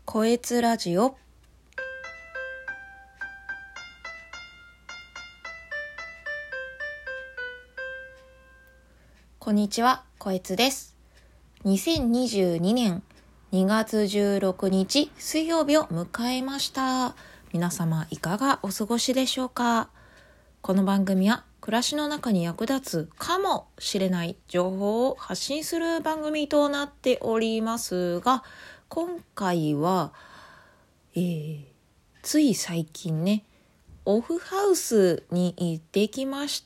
こえつラジオ。こんにちは、こえつです。2022年2月16日水曜日を迎えました。皆様いかがお過ごしでしょうか。この番組は暮らしの中に役立つかもしれない情報を発信する番組となっておりますが、今回は、つい最近ね、オフハウスに行ってきました。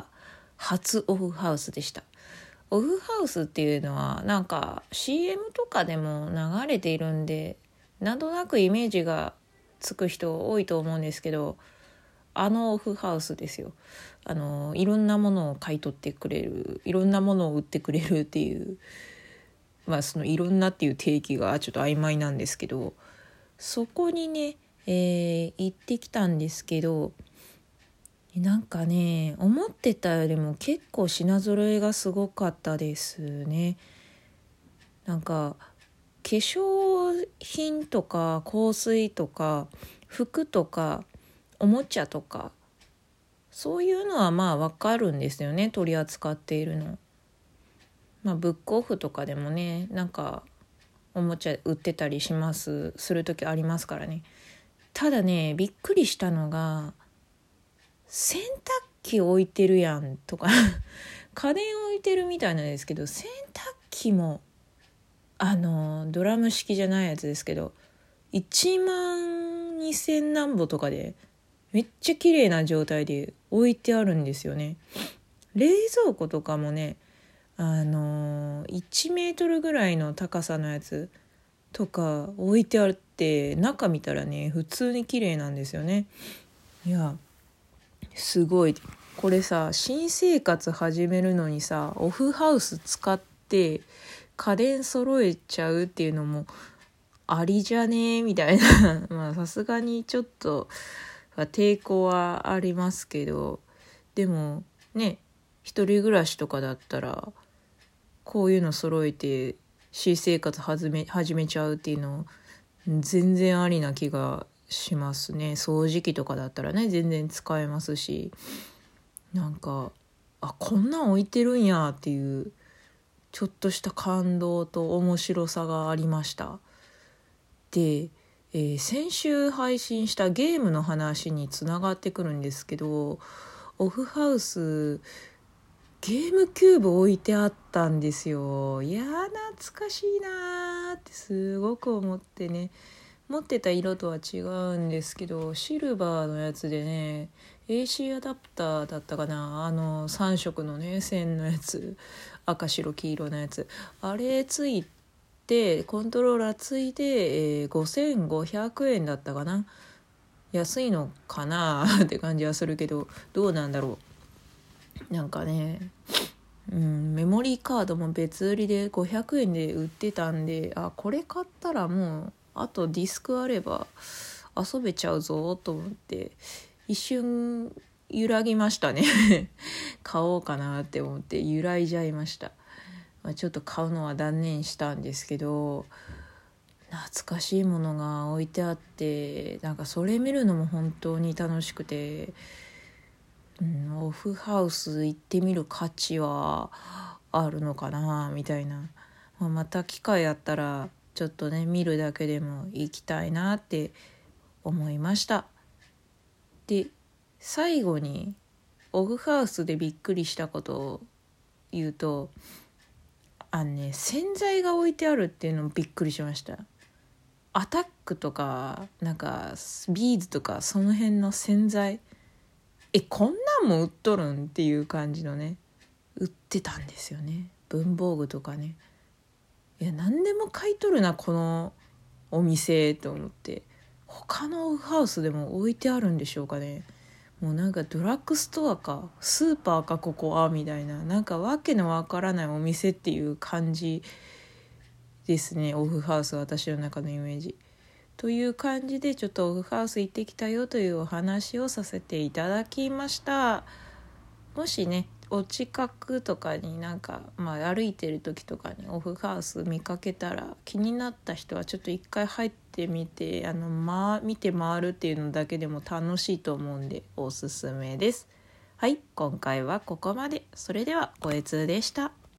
初オフハウスでした。オフハウスっていうのはなんか CM とかでも流れているんで、なんとなくイメージがつく人多いと思うんですけど、オフハウスですよ。いろんなものを買い取ってくれる、いろんなものを売ってくれるっていう、そのいろんなっていう定義がちょっと曖昧なんですけど、そこにね、行ってきたんですけど、なんかね、思ってたよりも結構品揃えがすごかったですね。なんか化粧品とか香水とか服とかおもちゃとか、そういうのはわかるんですよね、取り扱っているの。ブックオフとかでもね、なんかおもちゃ売ってたりする時ありますからね。ただね、びっくりしたのが、洗濯機置いてるやんとか家電置いてるみたいなんですけど、洗濯機もドラム式じゃないやつですけど、1万2000何ぼとかでめっちゃ綺麗な状態で置いてあるんですよね。冷蔵庫とかもね、1メートルぐらいの高さのやつとか置いてあって、中見たらね、普通に綺麗なんですよね。いや、すごい。これさ、新生活始めるのにさ、オフハウス使って家電揃えちゃうっていうのもありじゃねえみたいなさすがにちょっと抵抗はありますけど、でもね、一人暮らしとかだったらこういうの揃えて新生活始めちゃうっていうの全然ありな気がしますね。掃除機とかだったらね、全然使えますし、なんかこんなん置いてるんやっていうちょっとした感動と面白さがありました。で、先週配信したゲームの話につながってくるんですけど、オフハウスゲームキューブ置いてあったんですよ。いや懐かしいなってすごく思ってね、持ってた色とは違うんですけど、シルバーのやつでね、 AC アダプターだったかな、3色のね線のやつ、赤白黄色のやつ、あれついてコントローラーついて、5500円だったかな。安いのかなって感じはするけど、どうなんだろう。なんかね、メモリーカードも別売りで500円で売ってたんで、これ買ったらもうあとディスクあれば遊べちゃうぞと思って一瞬揺らぎましたね買おうかなって思って揺らいじゃいました。ちょっと買うのは断念したんですけど、懐かしいものが置いてあって、なんかそれ見るのも本当に楽しくて、オフハウス行ってみる価値はあるのかなみたいな、また機会あったらちょっとね見るだけでも行きたいなって思いました。で、最後にオフハウスでびっくりしたことを言うと、洗剤が置いてあるっていうのもびっくりしました。アタックとかなんかビーズとかその辺の洗剤、こんなんも売っとるんっていう感じのね、売ってたんですよね。文房具とかね。何でも買い取るなこのお店と思って、他のオフハウスでも置いてあるんでしょうかね。もうなんかドラッグストアかスーパーかここはみたいな、なんかわけのわからないお店っていう感じですね、オフハウス、私の中のイメージという感じで、ちょっとオフハウス行ってきたよというお話をさせていただきました。もしねお近くとかになんか、歩いてる時とかにオフハウス見かけたら、気になった人はちょっと一回入ってみて見て回るっていうのだけでも楽しいと思うんでおすすめです。はい、今回はここまで。それではごえつでした。